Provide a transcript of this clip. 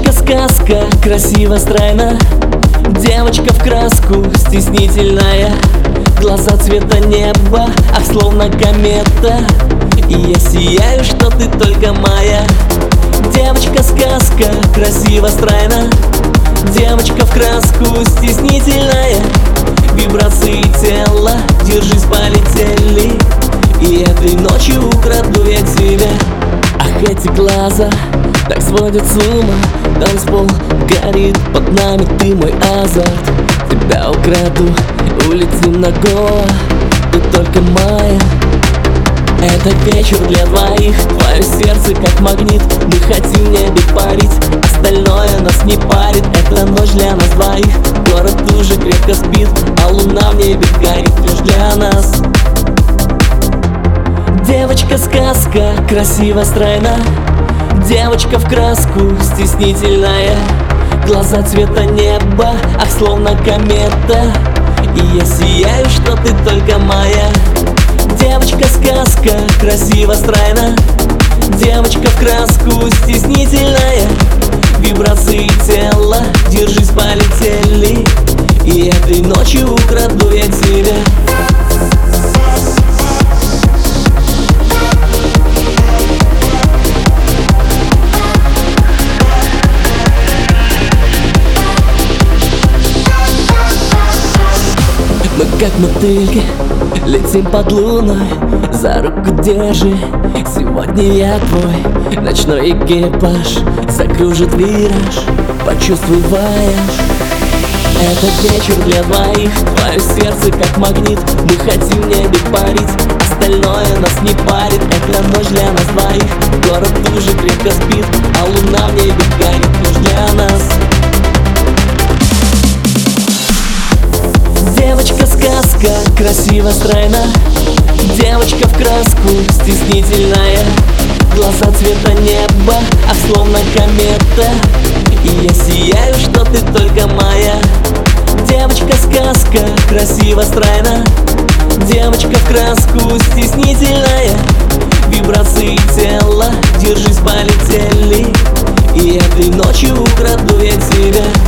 Девочка-сказка, красиво, стройна. Девочка в краску, стеснительная. Глаза цвета неба, ах, словно комета. И я сияю, что ты только моя. Девочка-сказка, красиво, стройна. Девочка в краску, стеснительная. Вибрации тела, держись, полетели. И этой ночью украду я тебя. Ах, эти глаза так сводят с ума. Танцпол горит под нами, ты мой азарт. Тебя украду, улетим на Гоа, ты только моя. Это вечер для двоих, твое сердце как магнит. Мы хотим в небе парить, остальное нас не парит. Это ночь для нас двоих, город уже крепко спит, а луна в небе горит лишь для нас. Девочка-сказка, красиво, стройна. Девочка в краску, стеснительная. Глаза цвета неба, ах, словно комета. И я сияю, что ты только моя. Девочка-сказка, красиво, стройна. Девочка в краску, стеснительная. Вибрации тела, держись, полетели. И этой ночью украду я тебя. Мы как мотыльки, летим под луной. За руку держи, сегодня я твой. Ночной экипаж закружит вираж, почувствуй вояж. Это вечер для двоих, твое сердце как магнит. Мы хотим в небе парить, остальное нас не парит. Это ночь для нас двоих, город уже крепко спит, а луна в небе горит лишь для нас. Девочка-сказка, красиво, стройна. Девочка в краску, стеснительная. Глаза цвета неба, ах, словно комета. И я сияю, что ты только моя. Девочка-сказка, красиво, стройна. Девочка в краску, стеснительная. Вибрации тела, держись, полетели. И этой ночью украду я тебя.